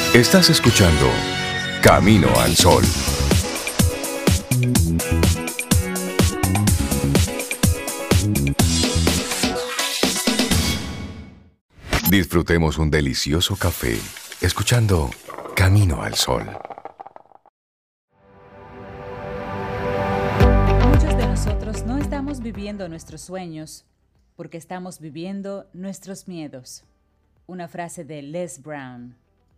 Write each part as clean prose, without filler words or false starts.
Estás escuchando Camino al Sol. Disfrutemos un delicioso café escuchando Camino al Sol. Muchos de nosotros no estamos viviendo nuestros sueños porque estamos viviendo nuestros miedos. Una frase de Les Brown.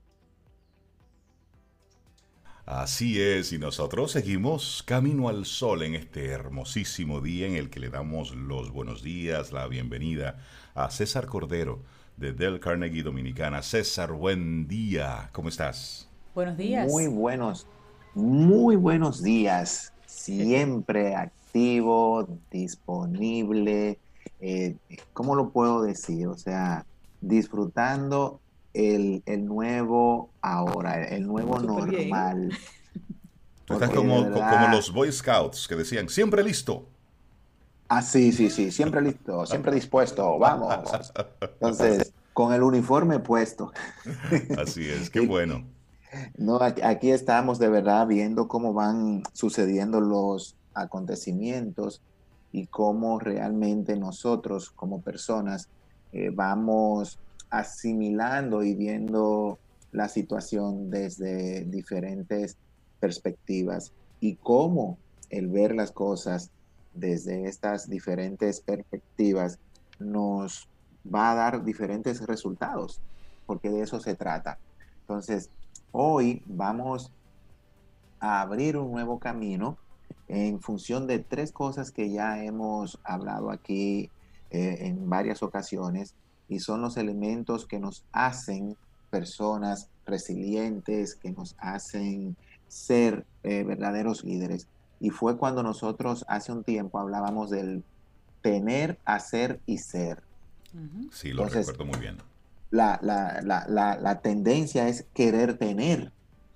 Así es, y nosotros seguimos Camino al Sol en este hermosísimo día en el que le damos los buenos días, la bienvenida a César Cordero de Dale Carnegie Dominicana. César, buen día, ¿cómo estás? Buenos días. Muy buenos días. Siempre activo, disponible. ¿Cómo lo puedo decir? O sea, disfrutando el nuevo ahora, el nuevo normal. Tú estás como los Boy Scouts que decían, siempre listo. Ah, sí, siempre listo, siempre dispuesto, vamos. Entonces, con el uniforme puesto. Así es, qué bueno. No, aquí estamos de verdad viendo cómo van sucediendo los acontecimientos y cómo realmente nosotros como personas vamos asimilando y viendo la situación desde diferentes perspectivas y cómo el ver las cosas desde estas diferentes perspectivas nos va a dar diferentes resultados, porque de eso se trata. Entonces, hoy vamos a abrir un nuevo camino en función de tres cosas que ya hemos hablado aquí en varias ocasiones, y son los elementos que nos hacen personas resilientes, que nos hacen ser verdaderos líderes. Y fue cuando nosotros hace un tiempo hablábamos del tener, hacer y ser. Sí, lo recuerdo muy bien. La tendencia es querer tener,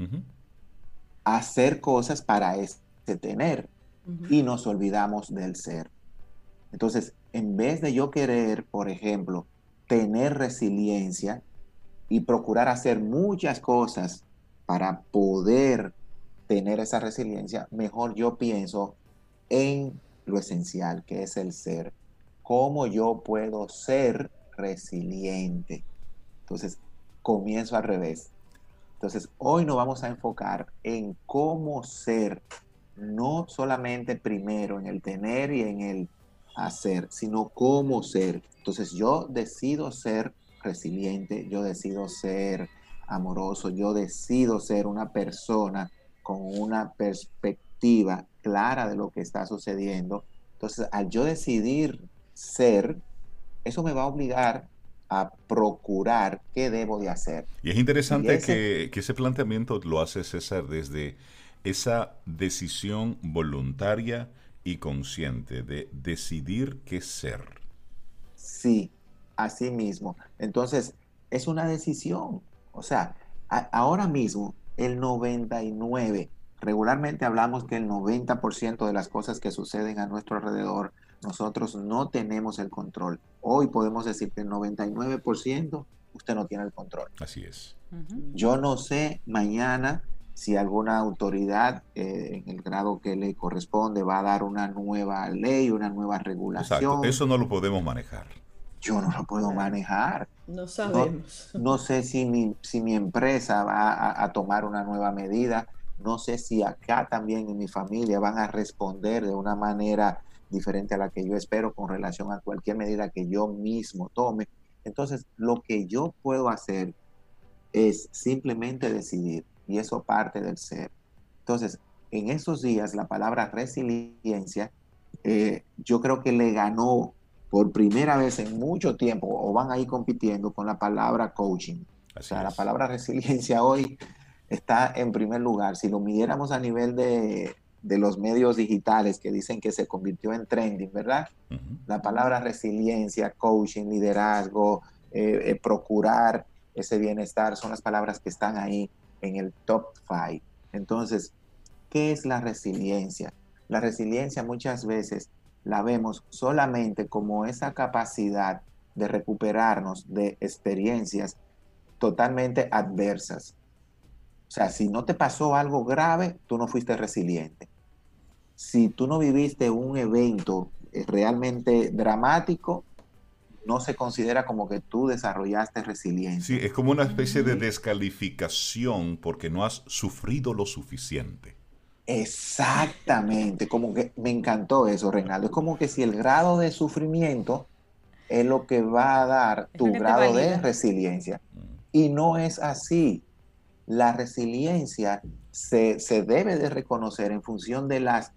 hacer cosas para ese tener, y nos olvidamos del ser. Entonces, en vez de yo querer, por ejemplo, tener resiliencia y procurar hacer muchas cosas para poder tener esa resiliencia, mejor yo pienso en lo esencial, que es el ser. ¿Cómo yo puedo ser resiliente? Entonces, comienzo al revés. Entonces, hoy nos vamos a enfocar en cómo ser, no solamente primero en el tener y en el hacer, sino cómo ser. Entonces, yo decido ser resiliente, yo decido ser amoroso, yo decido ser una persona con una perspectiva clara de lo que está sucediendo. Entonces, al yo decidir ser, eso me va a obligar a procurar qué debo de hacer. Y es interesante que ese planteamiento lo hace César desde esa decisión voluntaria y consciente de decidir qué ser. Sí, así mismo. Entonces, es una decisión. O sea, ahora mismo el 99, regularmente hablamos que el 90% de las cosas que suceden a nuestro alrededor, nosotros no tenemos el control. Hoy podemos decir que el 99% usted no tiene el control. Así es. Yo no sé mañana si alguna autoridad en el grado que le corresponde va a dar una nueva ley, una nueva regulación. Exacto, eso no lo podemos manejar. Yo no lo puedo manejar. No sabemos. No sé si mi empresa va a tomar una nueva medida. No sé si acá también en mi familia van a responder de una manera diferente a la que yo espero con relación a cualquier medida que yo mismo tome. Entonces, lo que yo puedo hacer es simplemente decidir, y eso parte del ser. Entonces, en esos días, la palabra resiliencia, yo creo que le ganó por primera vez en mucho tiempo, o van a ir compitiendo con la palabra coaching. La palabra resiliencia hoy está en primer lugar. Si lo midiéramos a nivel de los medios digitales que dicen que se convirtió en trending, ¿verdad? La palabra resiliencia, coaching, liderazgo, procurar ese bienestar, son las palabras que están ahí en el top 5. Entonces, ¿qué es la resiliencia? La resiliencia muchas veces la vemos solamente como esa capacidad de recuperarnos de experiencias totalmente adversas. sea, si no te pasó algo grave, tú no fuiste resiliente. Si tú no viviste un evento realmente dramático, no se considera como que tú desarrollaste Sí, resiliencia. es como una especie de descalificación porque no has sufrido lo suficiente. Exactamente, como que me encantó eso, Reinaldo. Es como que si el grado de sufrimiento es lo que va a dar Es lo tu que te grado de valida. resiliencia. Y no es así. La resiliencia se debe de reconocer en función de las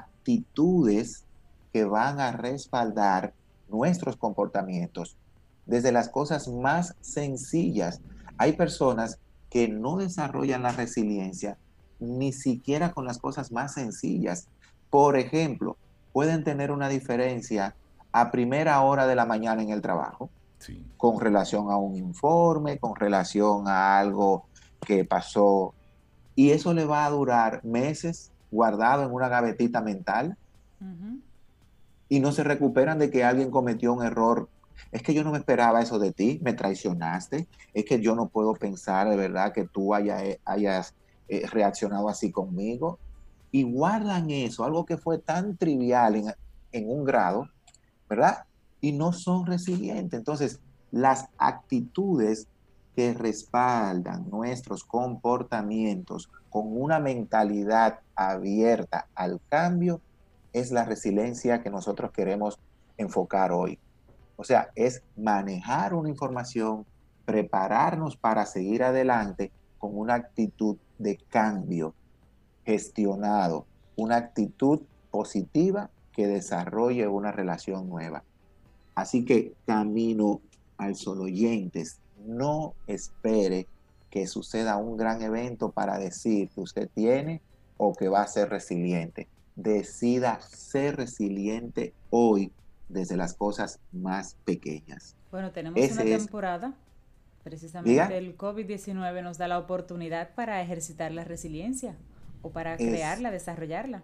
actitudes que van a respaldar nuestros comportamientos. Desde las cosas más sencillas. Hay personas que no desarrollan la resiliencia ni siquiera con las cosas más sencillas. Por ejemplo, pueden tener una diferencia a primera hora de la mañana en el trabajo Sí. con relación a un informe, con relación a algo que pasó, y eso le va a durar meses guardado en una gavetita mental Ujú. y no se recuperan de que alguien cometió un error. Es que yo no me esperaba eso de ti, me traicionaste, es que yo no puedo pensar de verdad que tú hayas reaccionado así conmigo. Y guardan eso, algo que fue tan trivial en un grado, ¿verdad? Y no son resilientes. Entonces, las actitudes que respaldan nuestros comportamientos con una mentalidad abierta al cambio es la resiliencia que nosotros queremos enfocar hoy. O sea, es manejar una información, prepararnos para seguir adelante con una actitud de cambio gestionado, una actitud positiva que desarrolle una relación nueva. Así que camino al sol oyentes, no espere que suceda un gran evento para decir que usted tiene o que va a ser resiliente. Decida ser resiliente hoy desde las cosas más pequeñas. Bueno, tenemos una Ese es, temporada, precisamente diga, el COVID-19 nos da la oportunidad para ejercitar la resiliencia o para es crearla, desarrollarla.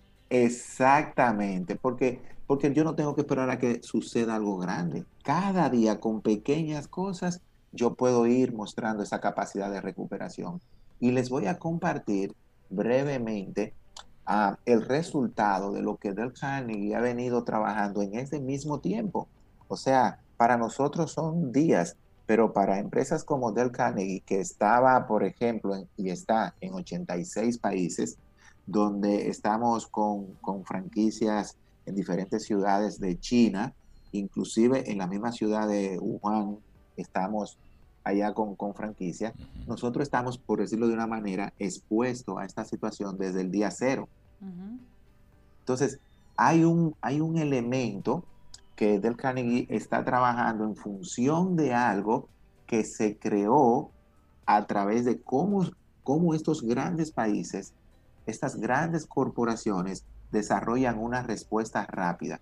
exactamente, porque yo no tengo que esperar a que suceda algo grande. Cada día con pequeñas cosas yo puedo ir mostrando esa capacidad de recuperación. Y les voy a compartir brevemente el resultado de lo que Dale Carnegie ha venido trabajando en ese mismo tiempo. O sea, para nosotros son días, pero para empresas como Dale Carnegie, que estaba, por ejemplo, y está en 86 países, donde estamos con franquicias en diferentes ciudades de China, inclusive en la misma ciudad de Wuhan, estamos allá con franquicias. Nosotros estamos, por decirlo de una manera, expuestos a esta situación desde el día cero. Ujú. Entonces, hay un elemento que Del Carnegie está trabajando en función de algo que se creó a través de cómo estos grandes países, estas grandes corporaciones desarrollan una respuesta rápida.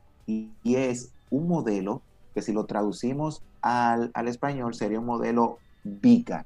Y es un modelo que si lo traducimos al español sería un modelo VICA,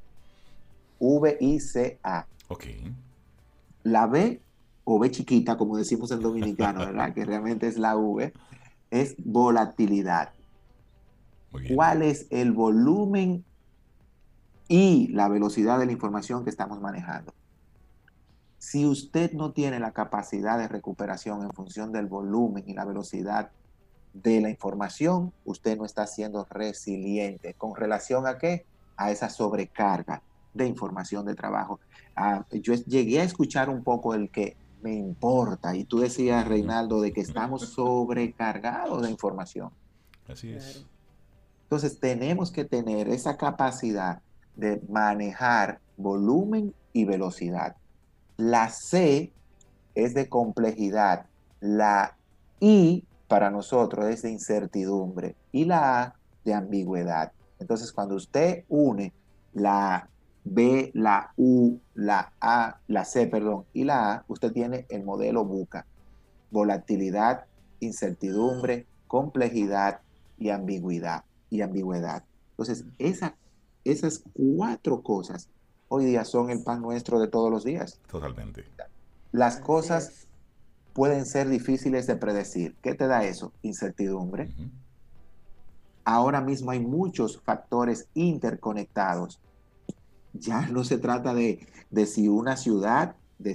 VICA. Ok. La B o B chiquita, como decimos en dominicano, ¿verdad? Que realmente es la V, es volatilidad. Muy bien. ¿Cuál es el volumen y la velocidad de la información que estamos manejando? Si usted no tiene la capacidad de recuperación en función del volumen y la velocidad de la información, usted no está siendo resiliente. ¿Con relación a qué? A esa sobrecarga de información de trabajo. Yo llegué a escuchar un poco el que me importa, y tú decías, Reinaldo, de que estamos sobrecargados de información. Así Claro. es. Entonces tenemos que tener esa capacidad de manejar volumen y velocidad. La C es de complejidad, la I para nosotros es de incertidumbre y la A de ambigüedad. Entonces, cuando usted une la B, la U, la A, la C, perdón, y la A, usted tiene el modelo BUCA: volatilidad, incertidumbre, complejidad y ambigüedad. Entonces, esas cuatro cosas hoy día son el pan nuestro de todos los días. Totalmente. Las Así cosas es. pueden ser difíciles de predecir. ¿Qué te da eso? Incertidumbre. Ujú. Ahora mismo hay muchos factores interconectados Ya no se trata de si una ciudad, de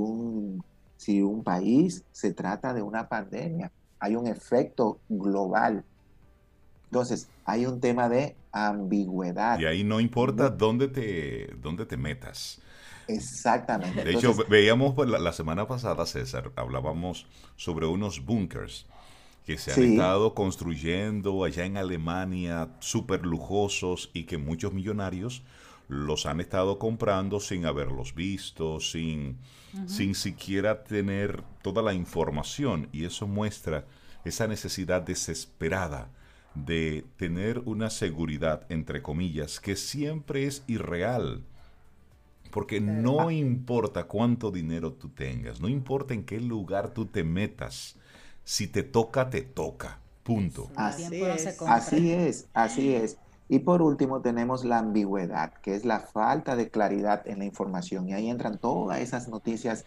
si un país, se trata de una pandemia. Hay un efecto global. Entonces, hay un tema de Y ambigüedad. ahí no importa Mu- dónde te metas. Exactamente. De hecho, Entonces, veíamos pues, la semana pasada, César, hablábamos sobre unos bunkers que se han sí, estado construyendo allá en Alemania, súper lujosos y que muchos millonarios los han estado comprando sin haberlos visto, sin siquiera tener toda la información. Y eso muestra esa necesidad desesperada de tener una seguridad, entre comillas, que siempre es irreal. Porque Claro. no importa cuánto dinero tú tengas, no importa en qué lugar tú te metas, si te toca, te toca. Punto. Sí, el Así tiempo no se es. compra. así es, así es. Y por último tenemos la ambigüedad, que es la falta de claridad en la información. Y ahí entran todas esas noticias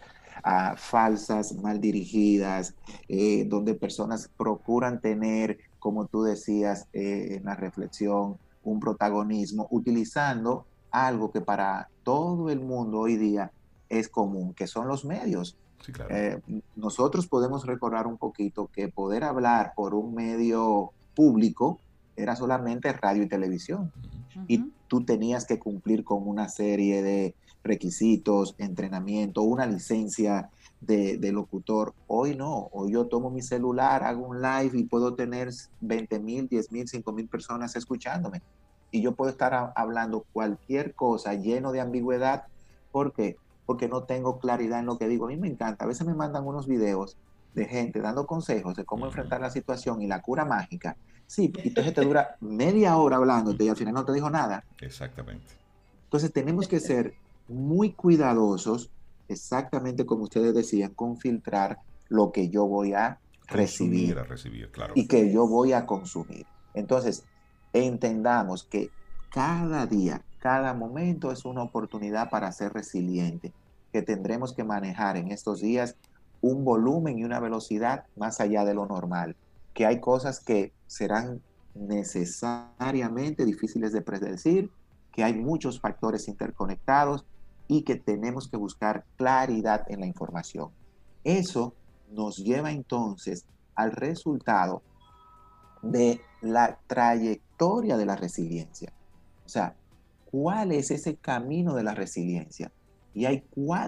falsas, mal dirigidas, donde personas procuran tener, como tú decías en la reflexión, un protagonismo, utilizando algo que para todo el mundo hoy día es común, que son los medios. Sí, claro. Eh, Nosotros podemos recordar un poquito que poder hablar por un medio público era solamente radio y televisión. Y Ujú. tú tenías que cumplir con una serie de requisitos, entrenamiento, una licencia de locutor. Hoy no, hoy yo tomo mi celular, hago un live y puedo tener 20,000, 10,000, 5,000 personas escuchándome. Y yo puedo estar hablando cualquier cosa lleno de ambigüedad. ¿Por qué? Porque no tengo claridad en lo que digo. A mí me encanta. A veces me mandan unos videos de gente dando consejos de cómo Ujú. enfrentar la situación y la cura mágica. Sí, y entonces te dura media hora hablándote y al final no te dijo nada. Exactamente. Entonces tenemos que ser muy cuidadosos, exactamente como ustedes decían, con filtrar lo que yo voy a Consumir recibir a recibir, claro. y Así que yo es. voy a consumir. Entonces, entendamos que cada día, cada momento es una oportunidad para ser resiliente, que tendremos que manejar en estos días un volumen y una velocidad más allá de lo normal, que hay cosas que serán necesariamente difíciles de predecir, que hay muchos factores interconectados y que tenemos que buscar claridad en la información. Eso nos lleva entonces al resultado de la trayectoria de la resiliencia. O sea, ¿cuál es ese camino de la resiliencia? Y hay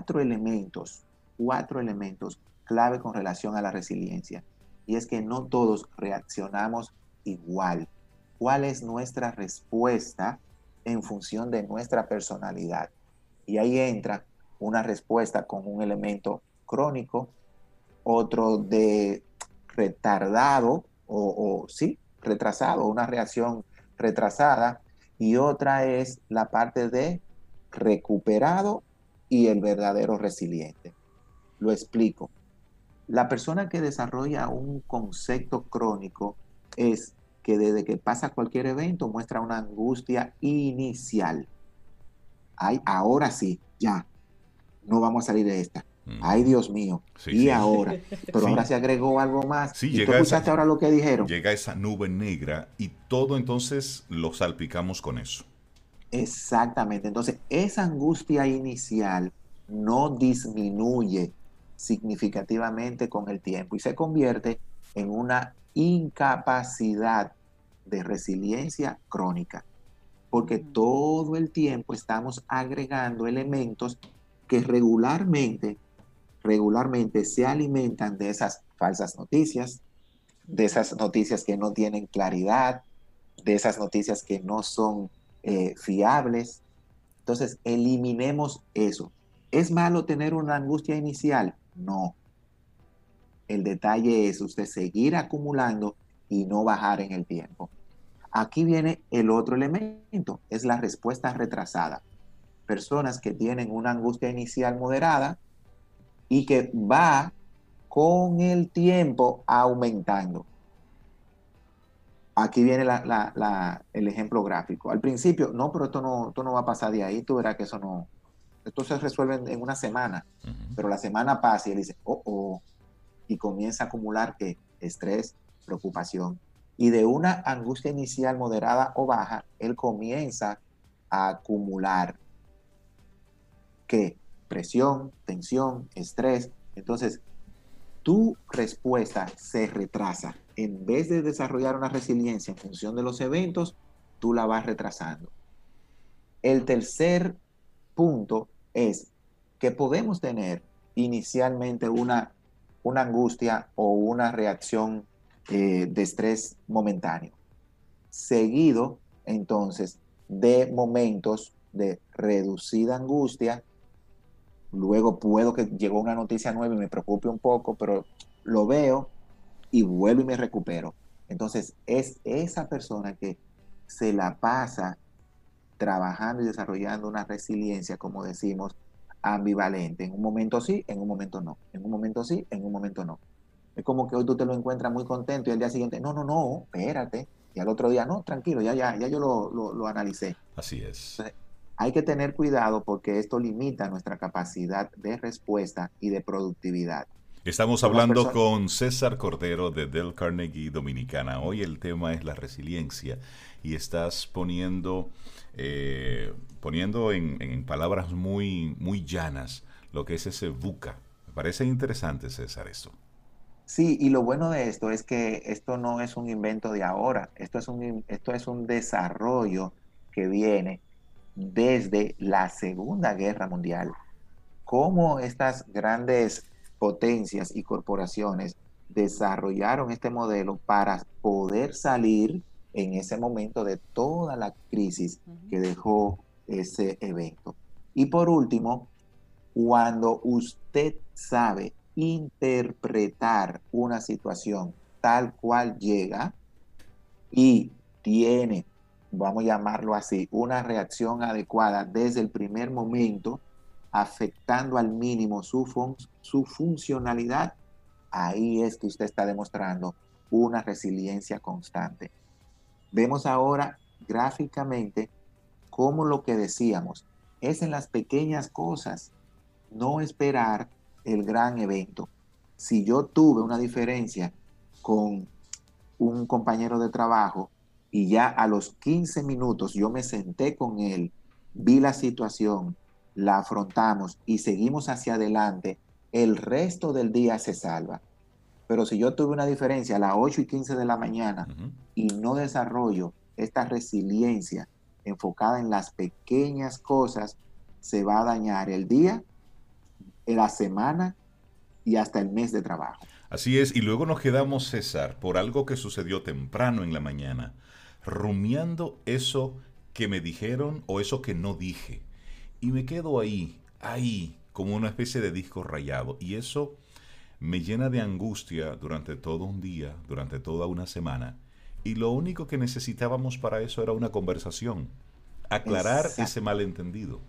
cuatro elementos clave con relación a la resiliencia. Y es que no todos reaccionamos igual. ¿Cuál es nuestra respuesta en función de nuestra personalidad? Y ahí entra una respuesta con un elemento crónico, otro de retardado sí, retrasado, una reacción retrasada, y otra es la parte de recuperado y el verdadero resiliente. Lo explico. La persona que desarrolla un concepto crónico es que desde que pasa cualquier evento muestra una angustia inicial. Ay, ahora sí, ya, no vamos a salir de esta. Ay, Ujú. Dios mío, Sí, y sí. ahora, pero ahora Sí, se agregó algo más. sí, ¿Y tú escuchaste ahora lo que dijeron? llega esa nube negra y todo entonces lo salpicamos con eso. Exactamente. Entonces, esa angustia inicial no disminuye significativamente con el tiempo y se convierte en una incapacidad de resiliencia crónica, porque Ujú. todo el tiempo estamos agregando elementos que regularmente se alimentan de esas falsas noticias, de Ujú. esas noticias que no tienen claridad, de esas noticias que no son fiables. Entonces, eliminemos eso. ¿Es malo tener una angustia inicial? No. El detalle es usted seguir acumulando y no bajar en el tiempo. Aquí viene el otro elemento, es la respuesta retrasada. Personas que tienen una angustia inicial moderada y que va con el tiempo aumentando. Aquí viene el ejemplo gráfico. Al principio, no, pero esto no va a pasar de ahí, tú verás que eso no, esto se resuelve en una semana, Ujú. pero la semana pasa y él dice, oh, y comienza a acumular que estrés, preocupación. Y de una angustia inicial moderada o baja, él comienza a acumular. ¿qué? Presión, tensión, estrés. Entonces, tu respuesta se retrasa. En vez de desarrollar una resiliencia en función de los eventos, tú la vas retrasando. El tercer punto es que podemos tener inicialmente una angustia o una reacción de estrés momentáneo, seguido entonces de momentos de reducida angustia. Luego puedo que llegó una noticia nueva y me preocupe un poco, pero lo veo y vuelvo y me recupero. Entonces es esa persona que se la pasa trabajando y desarrollando una resiliencia, como decimos, ambivalente. En un momento sí, en un momento no. En un momento sí, en un momento no. Es como que hoy tú te lo encuentras muy contento y al día siguiente, no, espérate. Y al otro día, no, tranquilo, ya yo lo analicé. Así es. Entonces, hay que tener cuidado porque esto limita nuestra capacidad de respuesta y de productividad. Estamos Somos hablando con César Cordero de Dale Carnegie Dominicana. Hoy el tema es la resiliencia y estás poniendo en palabras muy, muy llanas lo que es ese VUCA. Me parece interesante, César, esto. Sí, y lo bueno de esto es que esto no es un invento de ahora, esto es un desarrollo que viene desde la Segunda Guerra Mundial. Cómo estas grandes potencias y corporaciones desarrollaron este modelo para poder salir en ese momento de toda la crisis que dejó ese evento. Y por último, cuando usted sabe interpretar una situación tal cual llega y tiene, vamos a llamarlo así, una reacción adecuada desde el primer momento, afectando al mínimo su funcionalidad, ahí es que usted está demostrando una resiliencia constante. Vemos ahora gráficamente cómo lo que decíamos es en las pequeñas cosas, no esperar el gran evento. Si yo tuve una diferencia con un compañero de trabajo y ya a los 15 minutos yo me senté con él, vi la situación, la afrontamos y seguimos hacia adelante, el resto del día se salva. Pero si yo tuve una diferencia a las 8:15 de la mañana y no desarrollo esta resiliencia enfocada en las pequeñas cosas, se va a dañar el día, la semana y hasta el mes de trabajo. Así es, y luego nos quedamos, César, por algo que sucedió temprano en la mañana, rumiando eso que me dijeron o eso que no dije. Y me quedo ahí, como una especie de disco rayado. Y eso me llena de angustia durante todo un día, durante toda una semana. Y lo único que necesitábamos para eso era una conversación, aclarar ese malentendido.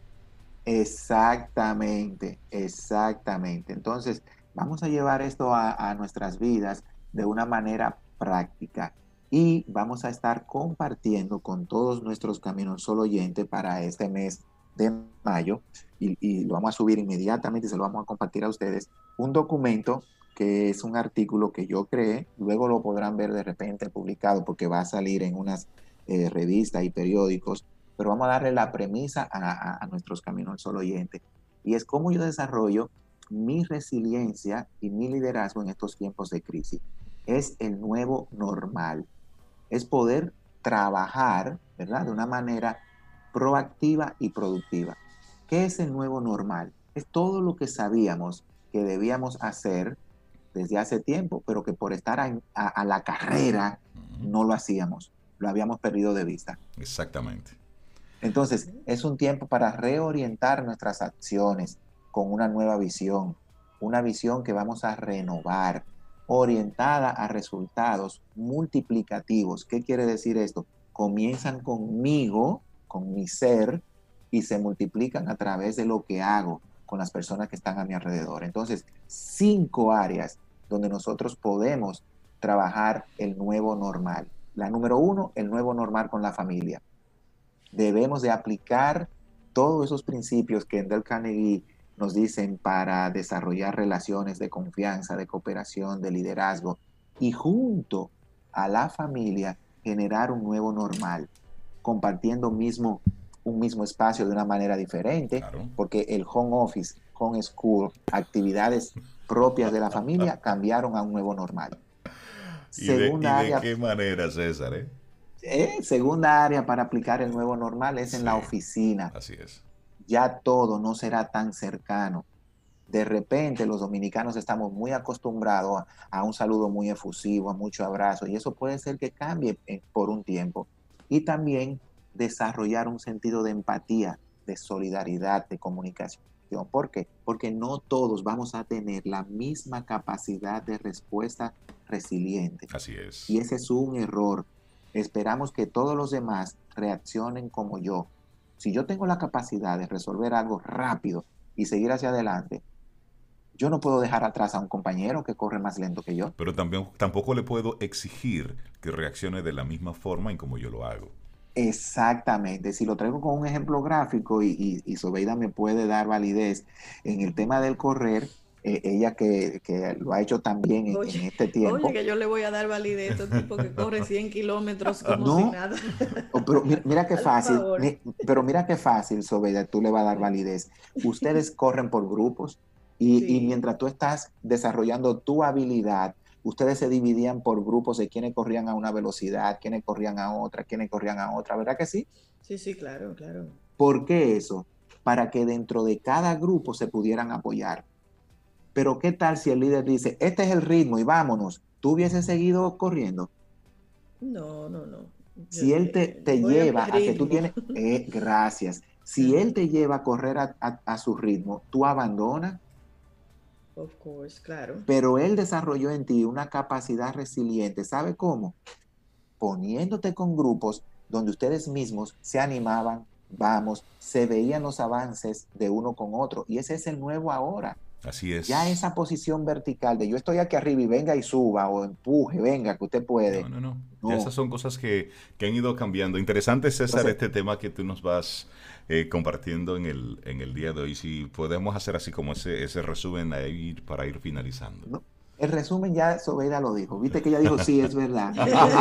Exactamente. Entonces, vamos a llevar esto a nuestras vidas de una manera práctica y vamos a estar compartiendo con todos nuestros Caminos Sol oyentes para este mes de mayo y lo vamos a subir inmediatamente y se lo vamos a compartir a ustedes, un documento que es un artículo que yo creé, luego lo podrán ver de repente publicado porque va a salir en unas revistas y periódicos, pero vamos a darle la premisa a nuestros Caminos Sol oyentes y es cómo yo desarrollo mi resiliencia y mi liderazgo en estos tiempos de crisis. Es el nuevo normal, es poder trabajar, ¿verdad?, de una manera proactiva y productiva. ¿Qué es el nuevo normal? Es todo lo que sabíamos que debíamos hacer desde hace tiempo, pero que por estar a la carrera no lo hacíamos, lo habíamos perdido de vista. Exactamente. Entonces, es un tiempo para reorientar nuestras acciones con una nueva visión, una visión que vamos a renovar, orientada a resultados multiplicativos. ¿Qué quiere decir esto? Comienzan conmigo, con mi ser, y se multiplican a través de lo que hago con las personas que están a mi alrededor. Entonces, 5 áreas donde nosotros podemos trabajar el nuevo normal. La número 1, el nuevo normal con la familia. Debemos de aplicar todos esos principios que en Dale Carnegie nos dicen para desarrollar relaciones de confianza, de cooperación, de liderazgo y junto a la familia generar un nuevo normal, compartiendo mismo un mismo espacio de una manera diferente, Claro. porque el home office, home school, actividades propias de la familia cambiaron a un nuevo normal. Y Segunda de área, qué manera, César, ¿eh? segunda área para aplicar el nuevo normal es en Sí, la oficina. así es. Ya todo no será tan cercano. De repente los dominicanos estamos muy acostumbrados a un saludo muy efusivo, a mucho abrazo, y eso puede ser que cambie por un tiempo. Y también desarrollar un sentido de empatía, de solidaridad, de comunicación. ¿Por qué? Porque no todos vamos a tener la misma capacidad de respuesta resiliente. Así Y es. ese es un error. Esperamos que todos los demás reaccionen como yo. Si yo tengo la capacidad de resolver algo rápido y seguir hacia adelante, yo no puedo dejar atrás a un compañero que corre más lento que yo. Pero también tampoco le puedo exigir que reaccione de la misma forma en como yo lo hago. Exactamente. Si lo traigo con un ejemplo gráfico y Sobeida me puede dar validez en el tema del correr, ella que lo ha hecho también en Oye, este oye, tiempo. que yo le voy a dar validez a este tipo que corre 100 kilómetros como si No, nada. pero mira qué Al fácil, favor. pero mira qué fácil, Sobeida, tú le vas a dar validez. Ustedes corren por grupos y Sí, mientras tú estás desarrollando tu habilidad, ustedes se dividían por grupos de quienes corrían a una velocidad, quienes corrían a otra, quienes corrían a otra, ¿verdad que sí? sí, sí, claro, claro. ¿Por qué eso? Para que dentro de cada grupo se pudieran apoyar. Pero ¿qué tal si el líder dice, este es el ritmo y vámonos? ¿Tú hubieses seguido corriendo? No, no, no. Yo, Si él te voy a mi lleva a que tú ritmo. tienes, gracias, si Ajá. él te lleva a correr a su ritmo, tú abandonas, Of course, claro. pero él desarrolló en ti una capacidad resiliente. ¿Sabe cómo? Poniéndote con grupos donde ustedes mismos se animaban, vamos, se veían los avances de uno con otro. Y ese es el nuevo ahora. Así Ya es. esa posición vertical de yo estoy aquí arriba y venga y suba o empuje, venga, que usted No, puede. no, no. Ya esas No. son cosas que han ido cambiando. Interesante, César, Entonces, este tema que tú nos vas compartiendo en el día de hoy. Si podemos hacer así como ese resumen ahí para ir finalizando. no. El resumen ya Sobeida lo dijo. Viste que ella dijo, sí, es verdad.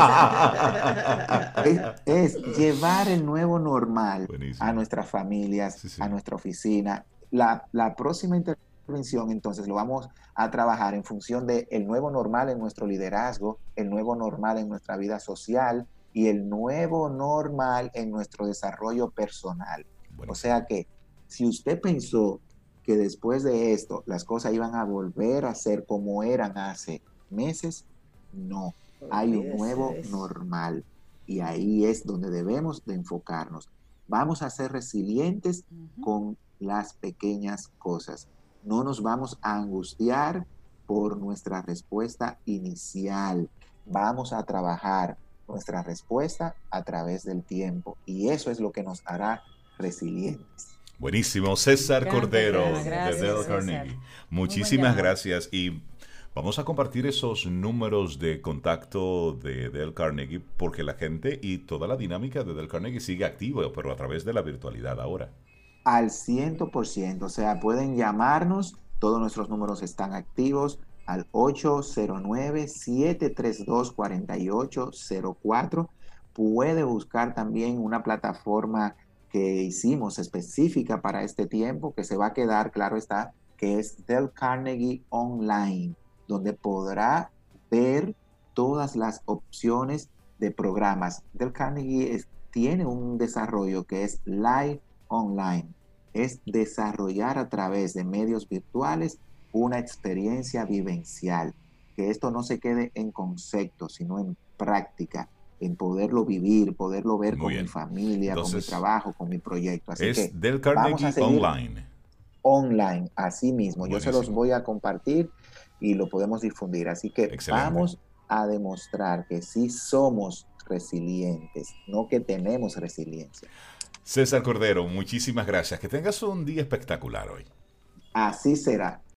Es llevar el nuevo normal a Buenísimo. nuestras familias, Sí, sí. a nuestra oficina. La próxima intervención, entonces, lo vamos a trabajar en función del nuevo normal en nuestro liderazgo, el nuevo normal en nuestra vida social y el nuevo normal en nuestro desarrollo personal. O Buenísimo. sea que si usted pensó que después de esto las cosas iban a volver a ser como eran hace meses, no. Hay un Olvídese nuevo de eso. normal y ahí es donde debemos de enfocarnos. Vamos a ser resilientes con las pequeñas cosas. No nos vamos a angustiar por nuestra respuesta inicial. Vamos a trabajar nuestra respuesta a través del tiempo y eso es lo que nos hará resilientes. Buenísimo. César Me encanta el Cordero tema. de Gracias, Dale César. Carnegie. Muy buen Muchísimas llamado. gracias y vamos a compartir esos números de contacto de Dale Carnegie porque la gente y toda la dinámica de Dale Carnegie sigue activa, pero a través de la virtualidad ahora. Al 100%, o sea, pueden llamarnos, todos nuestros números están activos al 809-732-4804. Puede buscar también una plataforma que hicimos específica para este tiempo, que se va a quedar, claro está, que es Del Carnegie Online, donde podrá ver todas las opciones de programas. Del Carnegie tiene un desarrollo que es Live Online, es desarrollar a través de medios virtuales una experiencia vivencial, que esto no se quede en concepto, sino en práctica, en poderlo vivir, poderlo ver Muy con mi bien. familia, con mi Entonces, trabajo, con mi proyecto. Así que es Dale vamos a Carnegie seguir Online. online, así mismo. Yo se los Buenísimo. voy a compartir y lo podemos difundir. Así que Excelente. vamos a demostrar que sí somos resilientes, no que tenemos resiliencia. César Cordero, muchísimas gracias. Que tengas un día espectacular hoy. Así será.